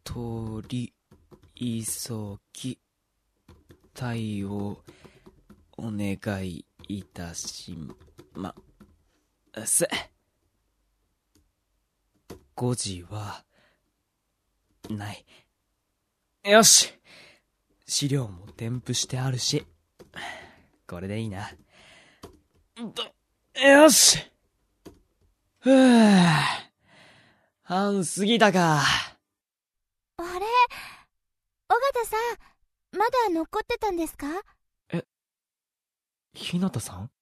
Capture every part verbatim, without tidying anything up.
取り急ぎ対応お願いいたしますごじはない。よし、資料も添付してあるしこれでいいな。よし、ふぅ、半過ぎたか。 あれ、尾形さん、まだ残ってたんですか？ え、ひなたさん？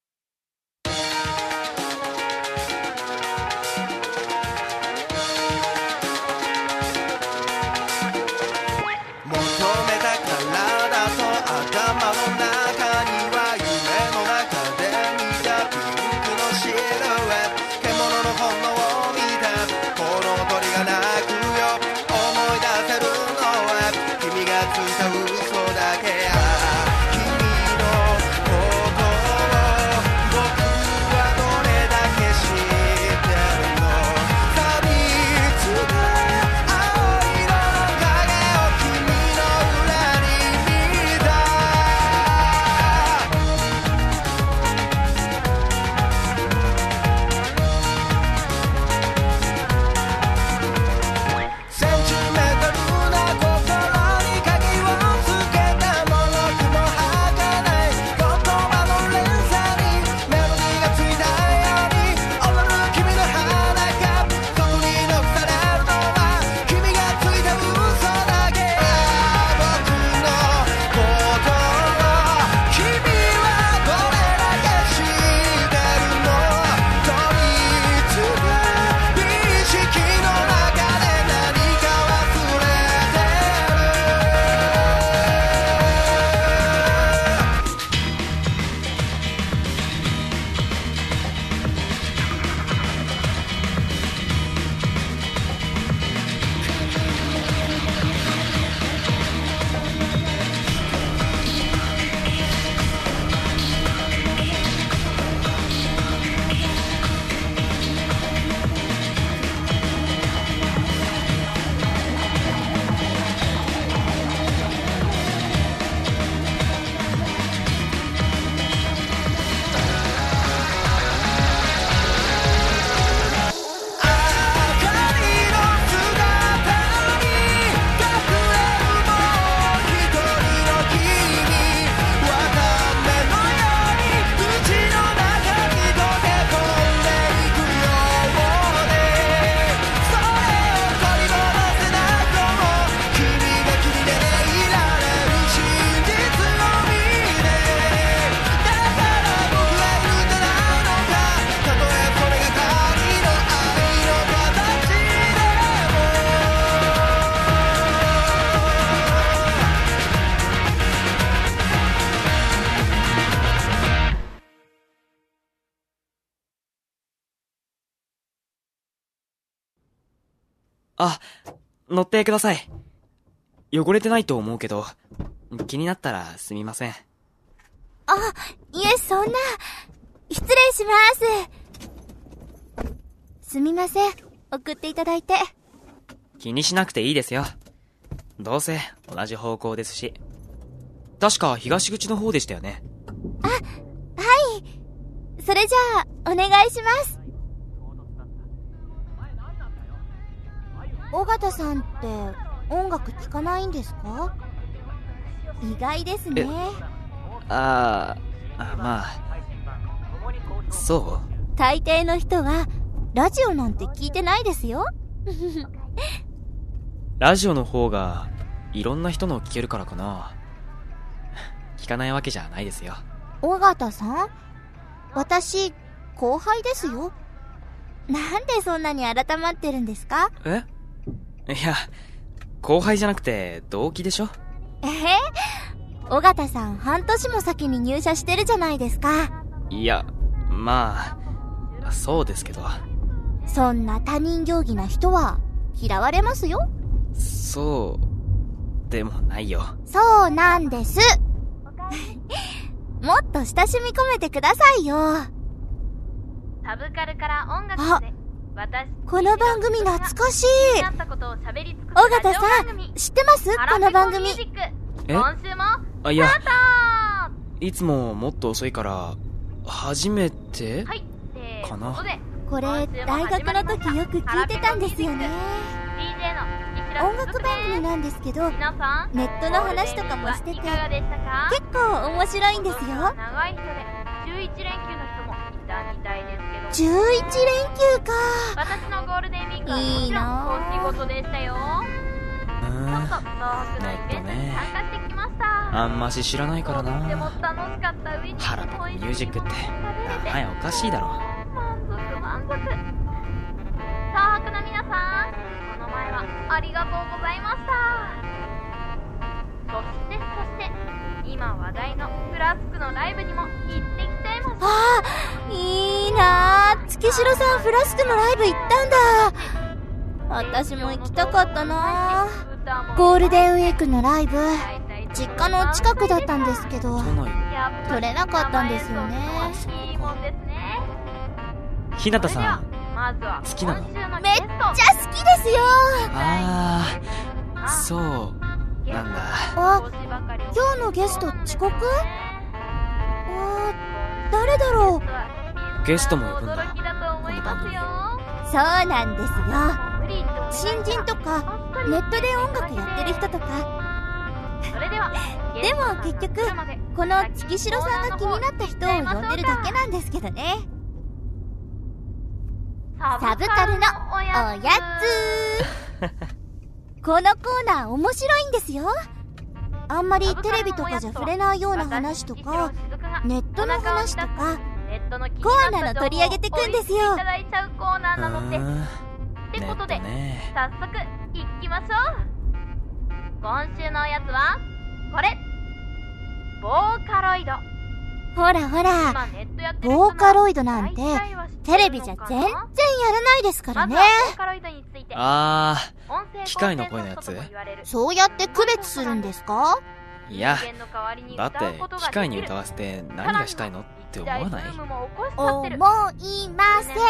求めた体と頭の中には夢の中で見たピンクのシルエット、獣の炎を見たこの鳥が鳴くよ、思い出せるのは君がついた嘘だけや。君のことを僕はどれだけ知ってるの。錆びつく青色の影を君の裏に見た。センチメートルな心に鍵をつけたもろくも儚い言葉の連鎖にメロディーがついたように踊る君の鼻がそこに残されるのは君がついた嘘だけ。僕のことを君はどれだけ知ってるの。取りつく意識の中で何か忘れてあ、乗ってください。汚れてないと思うけど、気になったらすみません。 あ、いえ、そんな。失礼します。すみません、送っていただいて。 気にしなくていいですよ。どうせ同じ方向ですし。確か東口の方でしたよね。 あ、はい。それじゃあ、お願いします。尾形さんって音楽聴かないんですか？意外ですね。 あーあ、まあそう。 大抵の人はラジオなんて聞いてないですよ。 ラジオの方がいろんな人の聞けるからかな。聞かないわけじゃないですよ。 尾形さん、私後輩ですよ。なんでそんなに改まってるんですか？ え？いや、後輩じゃなくて同期でしょ。 えー、尾形さん半年も先に入社してるじゃないですか。 いや、まあそうですけど。 そんな他人行儀な人は嫌われますよ。 そうでもないよ。 そうなんです。もっと親しみ込めてくださいよ。 サブカルから音楽までこの番組懐かしい。尾形さん、知ってますこの番組。 えあ、いや、いつももっと遅いから、初めてかな。 これ、大学の時よく聞いてたんですよね。音楽番組なんですけど、ネットの話とかもしてて、結構面白いんですよ。じゅういちれんきゅうじゅういちれんきゅうか。私のゴールデンウィークはもちろんお仕事でしたよ。 うーん、ネットね。あんまし知らないからな。ハラペコミュージックって名前おかしいだろ。 満足満足。東北の皆さん、この前はありがとうございました。そしてそして今話題のフラスクのライブにも行ってきちゃいました。ああ、いいなぁ。月城さんフラスクのライブ行ったんだ。私も行きたかったなぁ。ゴールデンウィークのライブ、実家の近くだったんですけど、取れなかったんですよね。 ひなたさん、好きなの？ めっちゃ好きですよ。 ああ、そうなんだ。 あ、今日のゲスト遅刻？あ、誰だろう。ゲストも呼ぶんだ、この番組。 そうなんですよ。新人とかネットで音楽やってる人とか。でも結局この月城さんが気になった人を呼んでるだけなんですけどね。サブカルのおやつこのコーナー面白いんですよ。あんまりテレビとかじゃ触れないような話とか、ネットの話とか、コアなの取り上げてくんですよ。ってことで、早速いきましょう。今週のおやつはこれ、ボーカロイド。ほらほら、ボーカロイドなんてテレビじゃ全然やらないですからね。 あー、機械の声のやつ？ そうやって区別するんですか？ いや、だって機械に歌わせて何がしたいのって思わない？ 思いません。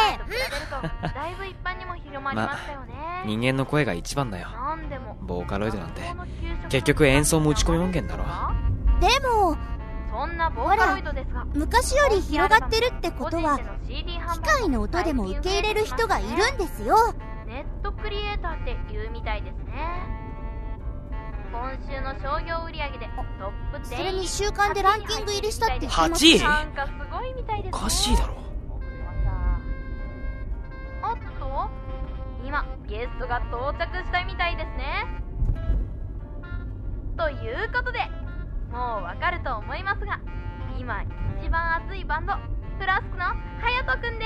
ま、人間の声が一番だよ。ボーカロイドなんて結局演奏も打ち込み音源だろ。 でもほら、昔より広がってるってことは機械の音でも受け入れる人がいるんですよ。ネットクリエイターって言うみたいですね。今週の商業売上でトップじゅう。それに週間でランキング入りしたって言ってます。はちい？なんかすごいみたいですね。 おかしいだろ。 おっと、今ゲストが到着したみたいですね。ということで、もうわかると思いますが、今一番熱いバンド、フラスクの隼人くんです。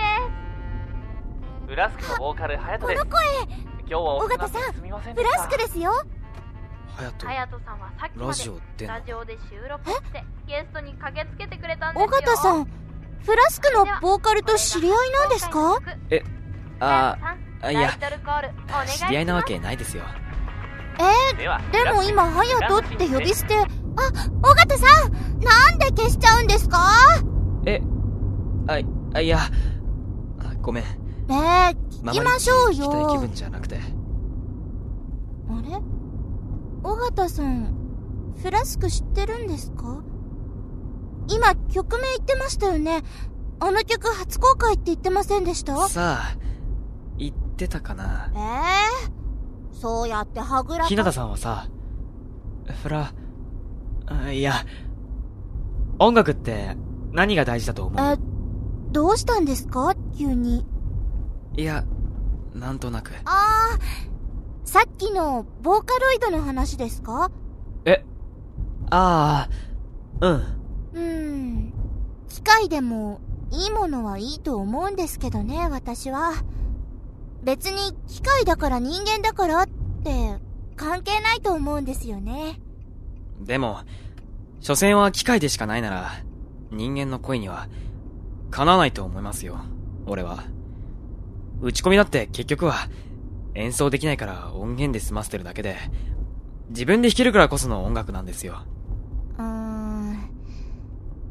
フラスクのボーカル隼人です。 この声、 今日は尾形さん、フラスクですよ。 隼人、 隼人さんはさっきまでスタジオで収録してゲストに駆けつけてくれたんですよ。尾形さん、フラスクのボーカルと知り合いなんですか？ え、ああ、いや、知り合いなわけないですよ。 えー、でも今隼人って呼び捨て。あ、尾形さん、なんで消しちゃうんですか？ え、あ、あ、いや、ごめん。 ねえ、聞きましょうよ。 聞きたい気分じゃなくて。 あれ？尾形さん、フラスク知ってるんですか？今曲名言ってましたよね。あの曲初公開って言ってませんでした？ さあ、言ってたかな。 えー、そうやってはぐらか。 ひなたさんはさ、フラ、あ、いや、音楽って何が大事だと思う？ え、どうしたんですか急に。 いや、なんとなく。 あー、さっきのボーカロイドの話ですか？ え、ああ、うん。 うーん、機械でもいいものはいいと思うんですけどね、私は。別に機械だから人間だからって関係ないと思うんですよね。 でも、所詮は機械でしかないなら、人間の声にはかなわないと思いますよ、俺は。打ち込みだって結局は演奏できないから音源で済ませてるだけで、自分で弾けるからこその音楽なんですよ。 うーん、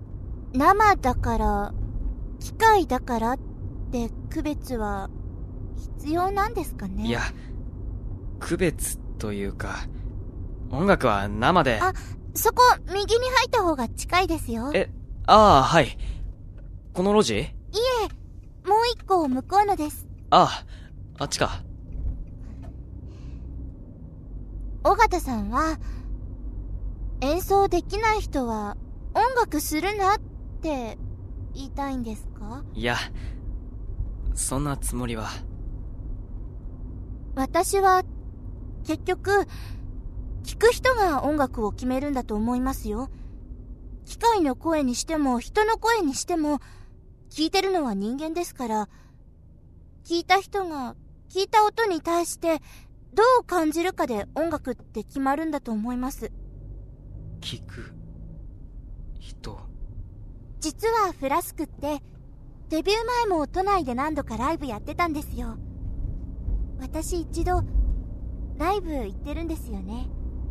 生だから機械だからって区別は必要なんですかね。 いや、区別というか、音楽は生で。 あ、そこ右に入った方が近いですよ。 え、ああ、はい。この路地？いえ、 もう一個向こうのです。 ああ、あっちか。 尾形さんは、演奏できない人は音楽するなって言いたいんですか？ いや、そんなつもりは。 私は、結局、聞く人が音楽を決めるんだと思いますよ。機械の声にしても人の声にしても、聞いてるのは人間ですから、聞いた人が聞いた音に対してどう感じるかで音楽って決まるんだと思います。 聞く人。 実はフラスクってデビュー前も都内で何度かライブやってたんですよ。私一度ライブ行ってるんですよね。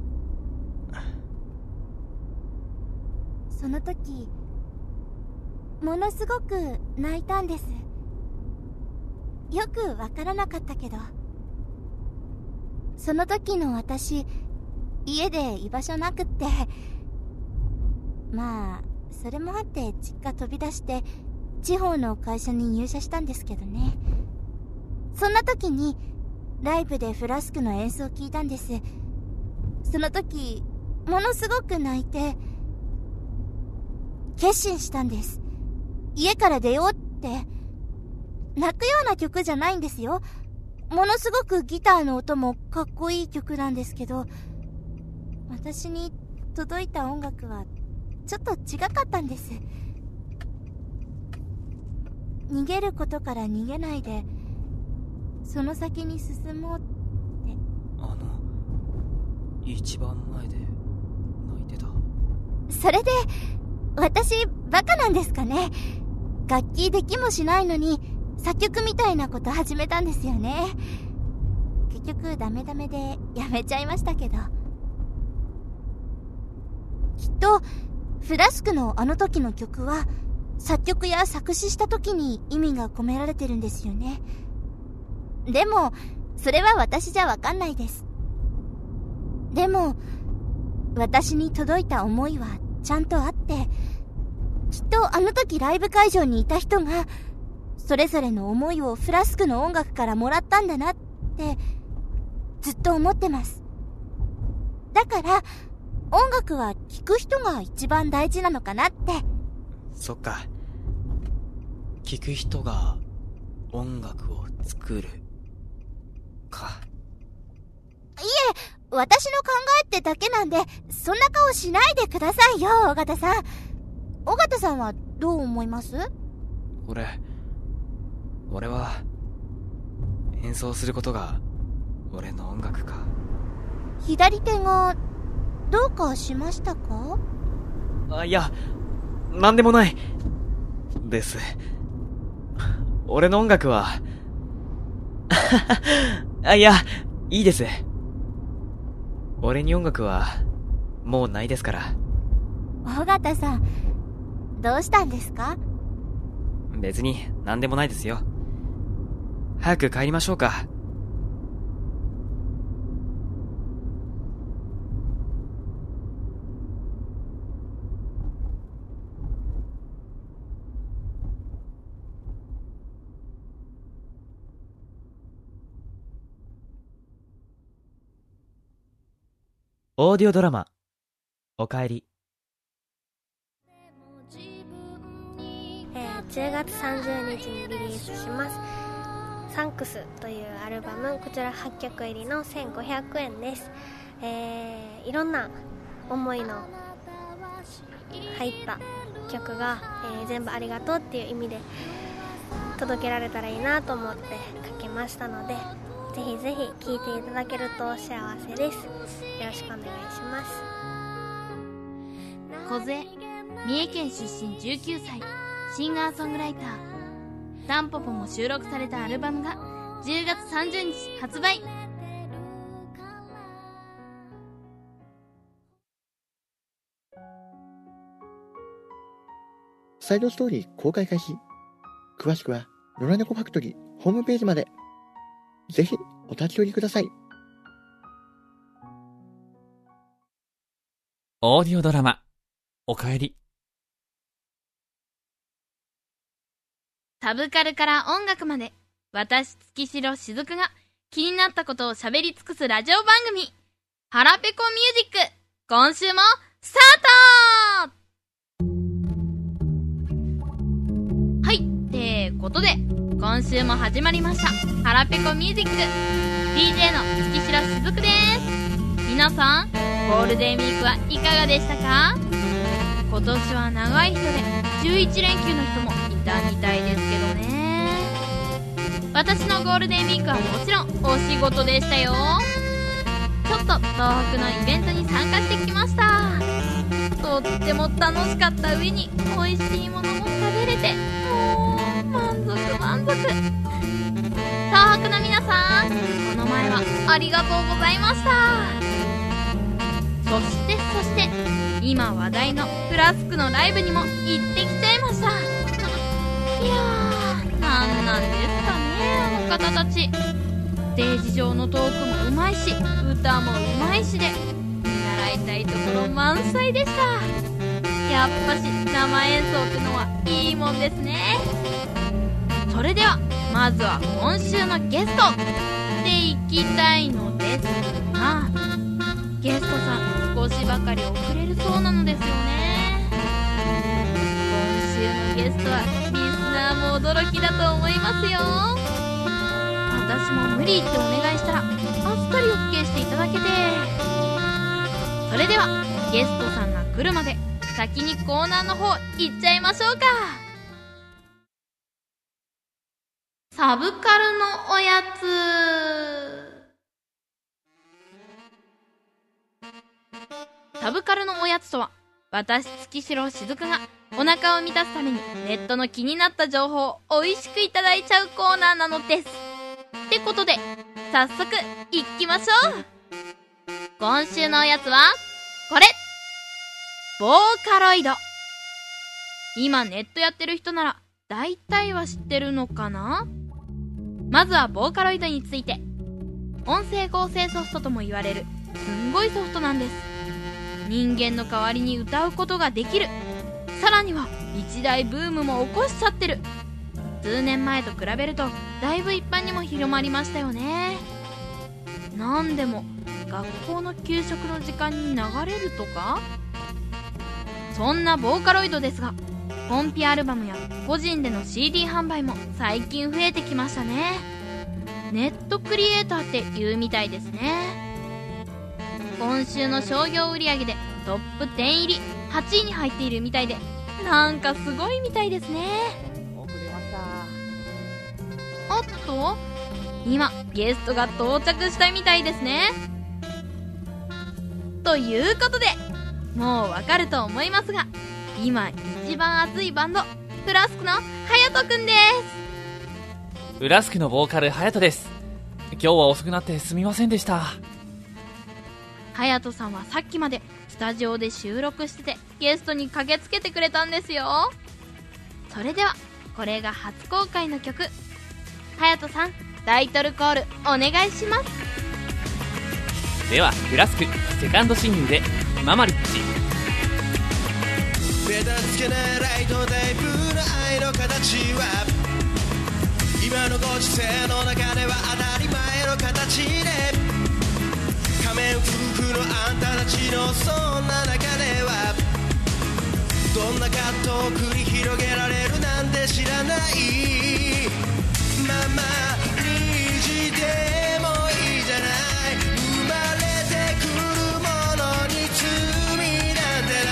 その時ものすごく泣いたんです。よくわからなかったけど、その時の私、家で居場所なくって、まあそれもあって実家飛び出して地方の会社に入社したんですけどね。そんな時にライブでフラスクの演奏を聞いたんです。その時ものすごく泣いて決心したんです。家から出ようって。泣くような曲じゃないんですよ。ものすごくギターの音もかっこいい曲なんですけど、私に届いた音楽はちょっと違かったんです。逃げることから逃げないで、その先に進もうって。 あの、一番前で泣いてた。 それで、私バカなんですかね。楽器できもしないのに作曲みたいなこと始めたんですよね。結局ダメダメでやめちゃいましたけど。きっとフラスクのあの時の曲は作曲や作詞した時に意味が込められてるんですよね。でもそれは私じゃわかんないです。でも私に届いた思いはちゃんとあって、きっとあの時ライブ会場にいた人がそれぞれの思いをフラスクの音楽からもらったんだなってずっと思ってます。だから音楽は聴く人が一番大事なのかなって。 そっか。聴く人が音楽を作るか。 いえ、私の考えってだけなんで、そんな顔しないでくださいよ、尾形さん。尾形さんはどう思います？ 俺、俺は、演奏することが、俺の音楽か。 左手が、どうかしましたか？ あ、いや、なんでもない。です。俺の音楽は、あ、いや、いいです。俺に音楽は、もうないですから。 尾形さん、どうしたんですか？ 別に何でもないですよ。早く帰りましょうか。オーディオドラマ、おかえり。 じゅうがつさんじゅうにちにリリースしますサンクスというアルバム、こちらはっきょく入りのせんごひゃくえんです。えー、いろんな思いの入った曲が、えー、全部ありがとうっていう意味で届けられたらいいなと思って書きましたので、ぜひぜひ聴いていただけると幸せです。よろしくお願いします。 小杖、三重県出身じゅうきゅうさい、シンガーソングライター。タンポポも収録されたアルバムがじゅうがつさんじゅうにち発売。 サイドストーリー公開開始。詳しくは野良猫ファクトリーホームページまで。 ぜひお立ち寄りください。 オーディオドラマ、おかえり。 サブカルから音楽まで、私月城しずくが気になったことを喋り尽くすラジオ番組、ハラペコミュージック、今週もスタート。はい、ってことで今週も始まりましたハラペコミュージック、 ディージェー の月城しずくです。皆さんゴールデンウィークはいかがでしたか？今年は長い人でじゅういちれんきゅうの人もいたみたいですけどね。私のゴールデンウィークはもちろんお仕事でしたよ。ちょっと東北のイベントに参加してきました。とっても楽しかった上に美味しいものも食べれて、もう満足満足。東北の皆さん、この前はありがとうございました。そしてそして今話題のフラスクのライブにも行ってきちゃいました。いやー、なんなんですかね、あの方たち。ステージ上のトークもうまいし、歌もうまいしで見習いたいところ満載でした。やっぱし生演奏ってのはいいもんですね。それではまずは今週のゲストでいきたいのですが、ゲストさん少しばかり遅れるそうなのですよね。今週のゲストはリスナーも驚きだと思いますよ。私も無理ってお願いしたらあっさり OK していただけて。それではゲストさんが来るまで先にコーナーの方行っちゃいましょうか。サブカルのおやつ。サブカルのおやつとは、私月城しずくがお腹を満たすためにネットの気になった情報を美味しくいただいちゃうコーナーなのです。ってことで早速いきましょう。今週のおやつはこれ、ボーカロイド。今ネットやってる人なら大体は知ってるのかな。まずはボーカロイドについて。音声合成ソフトとも言われるすんごいソフトなんです。人間の代わりに歌うことができる。さらには一大ブームも起こしちゃってる。数年前と比べるとだいぶ一般にも広まりましたよね。なんでも学校の給食の時間に流れるとか。そんなボーカロイドですが、コンピアルバムや個人での シーディー 販売も最近増えてきましたね。ネットクリエイターって言うみたいですね。今週の商業売上でトップじゅう入りはちいに入っているみたいで、なんかすごいみたいですね。 遅れました。 おっと、今ゲストが到着したみたいですね。ということで、もうわかると思いますが、今一番熱いバンド、フラスクのハヤトくんです。 フラスクのボーカルハヤトです。今日は遅くなってすみませんでした。 ハヤトさんはさっきまでスタジオで収録してて、ゲストに駆けつけてくれたんですよ。それではこれが初公開の曲。ハヤトさん、タイトルコールお願いします。 ではフラスクセカンドシングルでママリッチ。 目立つけないライトテープの愛の形は、今のご時世の中では当たり前の形で、仮面夫婦のあんたたちのそんな中では、どんな葛藤を繰り広げられるなんて知らない。ママリッチでもいいじゃない。生まれてくるものに罪なんてない。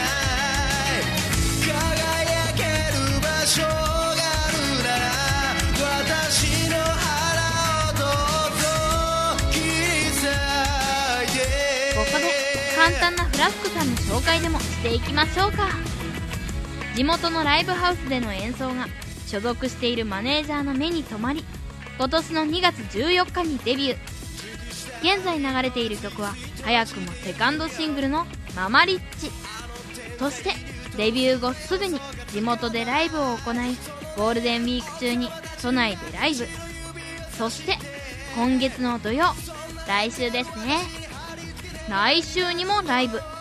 輝ける場所があるなら、私の腹をどうぞ切り裂いて。 ここで簡単なフラスクさんの紹介でもしていきましょうか。地元のライブハウスでの演奏が所属しているマネージャーの目に留まり、今年のにがつじゅうよっかにデビュー。現在流れている曲は早くもセカンドシングルのママリッチ。そしてデビュー後すぐに地元でライブを行い、ゴールデンウィーク中に都内でライブ、そして今月の土曜、来週ですね。来週にもライブ。は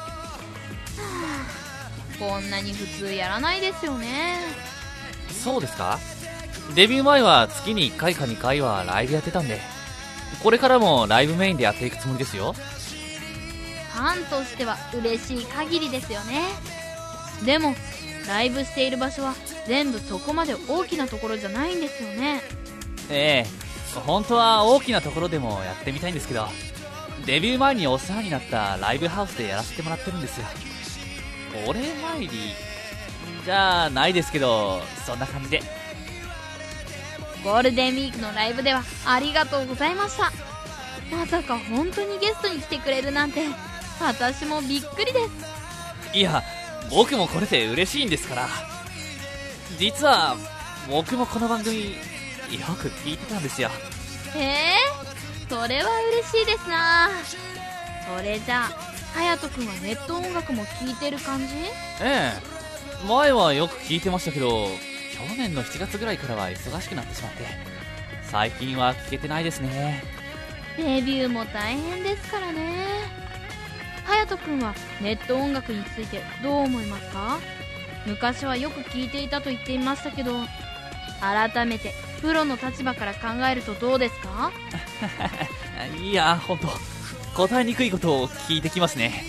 あ、こんなに普通やらないですよね。 そうですか。デビュー前は月にいっかいかにかいはライブやってたんで、これからもライブメインでやっていくつもりですよ。 ファンとしては嬉しい限りですよね。でもライブしている場所は全部そこまで大きなところじゃないんですよね。 ええ、本当は大きなところでもやってみたいんですけど、デビュー前にお世話になったライブハウスでやらせてもらってるんですよ。お礼参りじゃあないですけど、そんな感じで。 ゴールデンウィークのライブではありがとうございました。まさか本当にゲストに来てくれるなんて、私もびっくりです。 いや、僕もこれで嬉しいんですから。実は僕もこの番組よく聞いてたんですよ。 へえ、それは嬉しいですな。それじゃあ隼人君はネット音楽も聴いてる感じ？ ええ、前はよく聞いてましたけど、去年のしちがつぐらいからは忙しくなってしまって、最近は聞けてないですね。 デビューも大変ですからね。隼人君はネット音楽についてどう思いますか？昔はよく聞いていたと言っていましたけど、改めてプロの立場から考えるとどうですか？ いや、ほんと答えにくいことを聞いてきますね。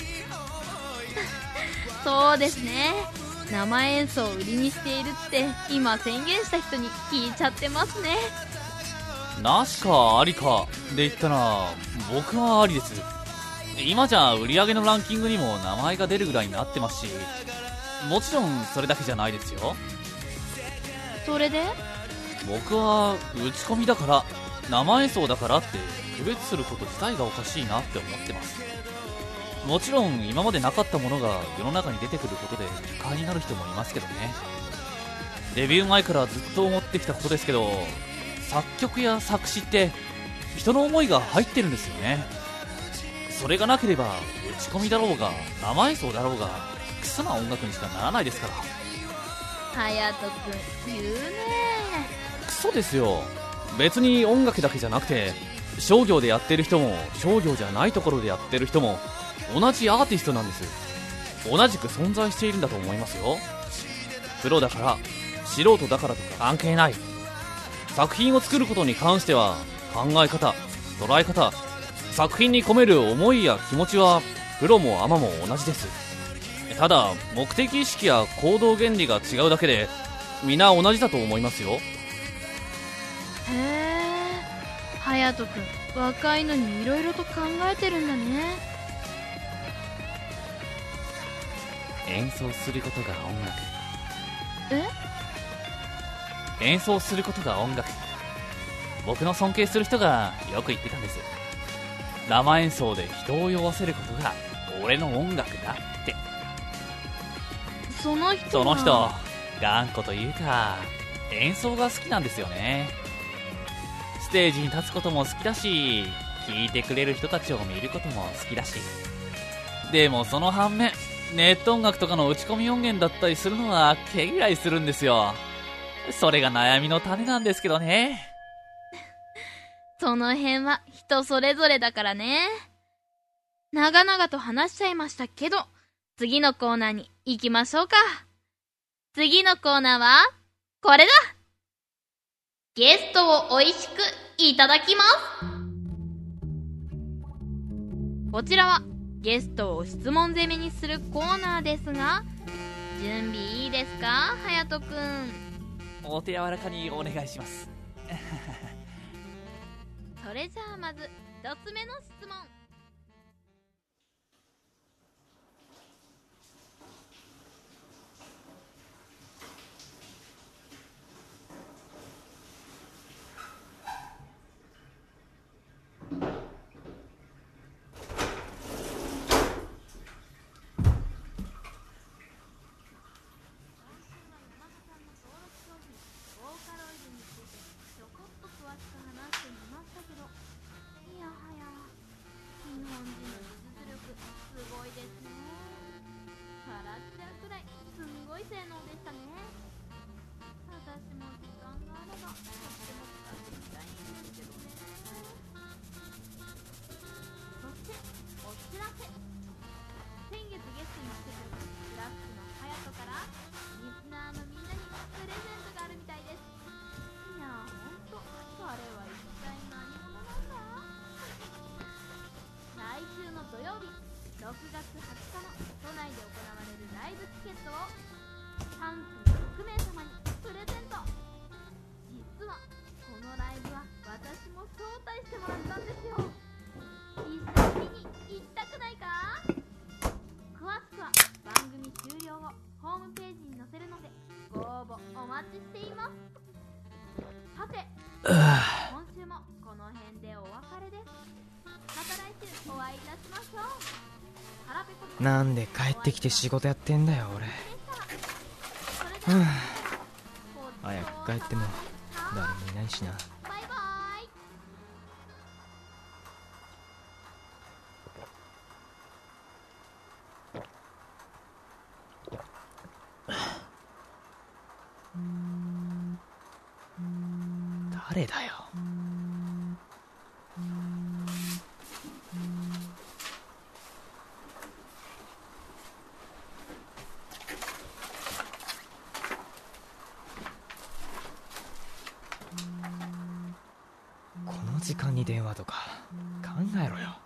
そうですね、生演奏を売りにしているって今宣言した人に聞いちゃってますね。 なしかありかで言ったら僕はありです。今じゃ売り上げのランキングにも名前が出るぐらいになってますし、もちろんそれだけじゃないですよ。 それで僕は打ち込みだから生演奏だからって区別すること自体がおかしいなって思ってます。もちろん今までなかったものが世の中に出てくることで不快になる人もいますけどね。デビュー前からずっと思ってきたことですけど、作曲や作詞って人の思いが入ってるんですよね。それがなければ打ち込みだろうが生演奏だろうがクソな音楽にしかならないですから。 隼人君言うね。 クソですよ。別に音楽だけじゃなくて商業でやってる人も商業じゃないところでやってる人も同じアーティストなんです。同じく存在しているんだと思いますよ。プロだから素人だからとか関係ない。作品を作ることに関しては考え方、捉え方、作品に込める思いや気持ちはプロもアマも同じです。ただ目的意識や行動原理が違うだけで皆同じだと思いますよ。 へえ、隼人君若いのに色々と考えてるんだね。 演奏することが音楽。 え？ 演奏することが音楽。僕の尊敬する人がよく言ってたんです。生演奏で人を酔わせることが俺の音楽だって。 その人はその人頑固というか演奏が好きなんですよね。ステージに立つことも好きだし、聴いてくれる人たちを見ることも好きだし、でもその反面ネット音楽とかの打ち込み音源だったりするのは毛嫌いするんですよ。それが悩みの種なんですけどね。 その辺は人それぞれだからね。長々と話しちゃいましたけど、次のコーナーに行きましょうか。次のコーナーはこれだ。ゲストをおいしくいただきます。こちらはゲストを質問攻めにするコーナーですが、準備いいですか、隼人くん。 お手柔らかにお願いします。 それじゃあまず一つ目の質問。 ろくがつはつかの都内で行われるライブチケットをさん組ろくめいさまにプレゼント。実はこのライブは私も招待してもらったんですよ。一緒に見に行きたくないか？詳しくは番組終了後ホームページに載せるのでご応募お待ちしています。さて今週もこの辺でお別れです。また来週お会いいたしましょう。腹ペコなんで帰ってきて仕事やってんだよ俺。はぁ、早く帰っても誰もいないしな。 バイバイ。 誰だよ。この時間に電話とか考えろよ。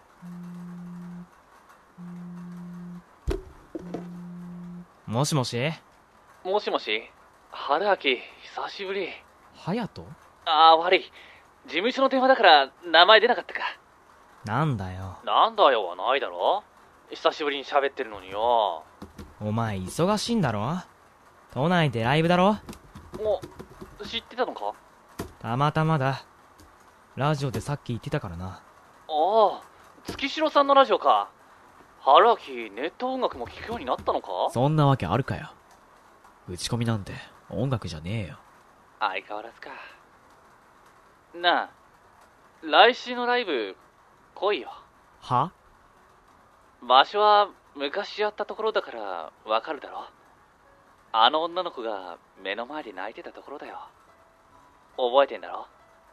もしもし。 もしもし、春明、久しぶり。 隼人？ ああ、悪い。事務所の電話だから名前出なかったか。 なんだよ。 なんだよはないだろ。久しぶりに喋ってるのによ。 お前忙しいんだろ？都内でライブだろ？ お、知ってたのか？ たまたまだ。ラジオでさっき言ってたからな。 ああ、月城さんのラジオか。春明、ネット音楽も聴くようになったのか？ そんなわけあるかよ。打ち込みなんて音楽じゃねえよ。 相変わらずか。なあ、来週のライブ来いよ。 は？ 場所は昔やったところだからわかるだろ。あの女の子が目の前で泣いてたところだよ。覚えてんだろ。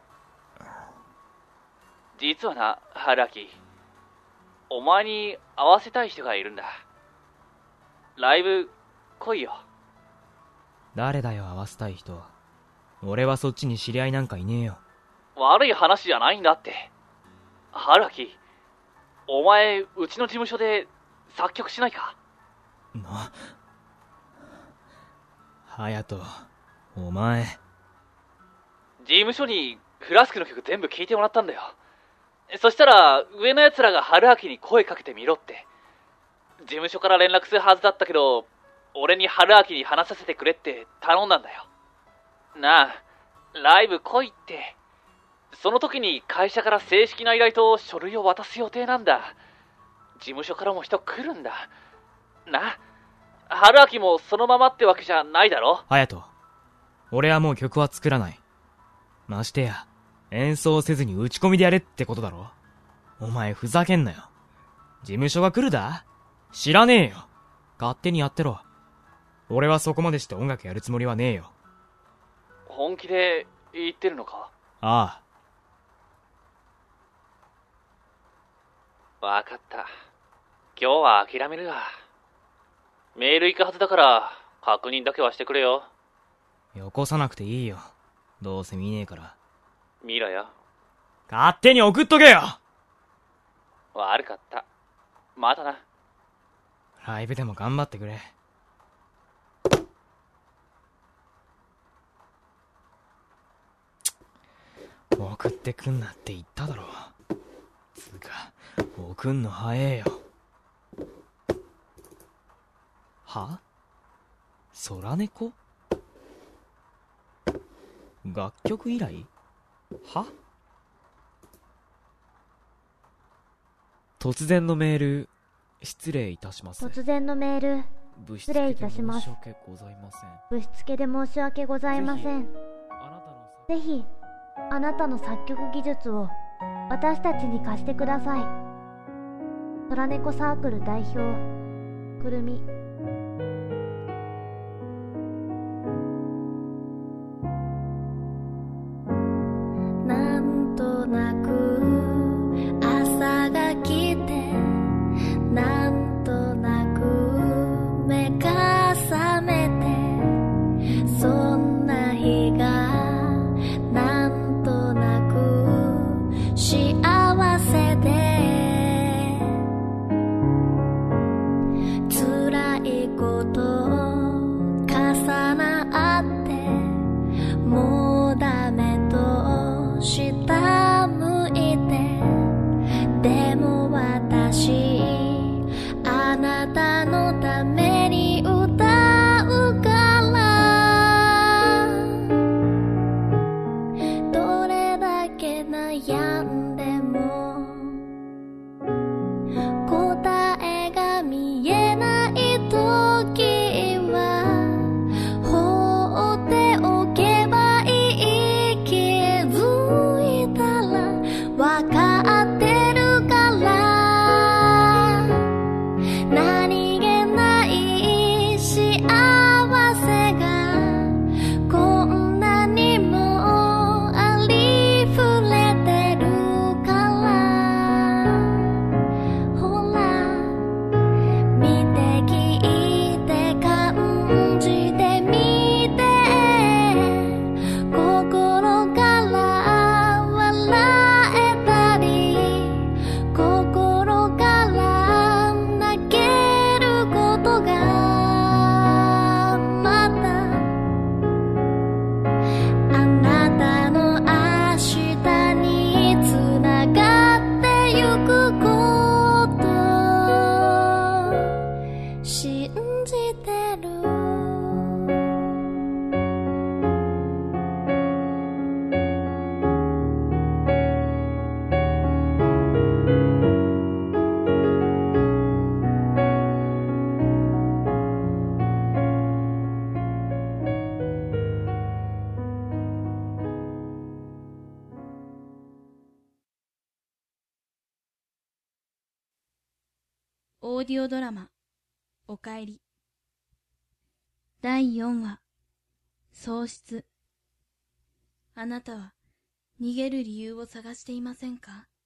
実はな、春明、お前に会わせたい人がいるんだ。ライブ来いよ。 誰だよ会わせたい人。俺はそっちに知り合いなんかいねえよ。 悪い話じゃないんだって。春明、お前うちの事務所で作曲しないか？ な、隼人、お前。 事務所にフラスクの曲全部聴いてもらったんだよ。そしたら上の奴らが春明に声かけてみろって。事務所から連絡するはずだったけど、俺に春明に話させてくれって頼んだんだよ。なあ、ライブ来いって。その時に会社から正式な依頼と書類を渡す予定なんだ。事務所からも人来るんだ。な、春明もそのままってわけじゃないだろ。 隼人、俺はもう曲は作らない。ましてや演奏せずに打ち込みでやれってことだろ。お前ふざけんなよ。事務所が来るだ？知らねえよ。勝手にやってろ。俺はそこまでして音楽やるつもりはねえよ。 本気で言ってるのか？ ああ。わかった。今日は諦めるわ。メール行くはずだから確認だけはしてくれよ。 よこさなくていいよ。どうせ見ねえから。 見ろよ。 勝手に送っとけよ。 悪かった。またな。 ライブでも頑張ってくれ。送ってくんなって言っただろ。つうか送んの早えよ。は？空猫？楽曲依頼？は？ 突然のメール失礼いたします。 突然のメール失礼いたします。ぶしつけで申し訳ございません。ぜひあなたの作曲技術を私たちに貸してください。空猫サークル代表くるみ。 なんとなく朝が来て、なんとなく目が覚めて、そんな日がなんとなく幸せで、 オーディオドラマ、おかえり。だいよんわ、喪失。あなたは逃げる理由を探していませんか？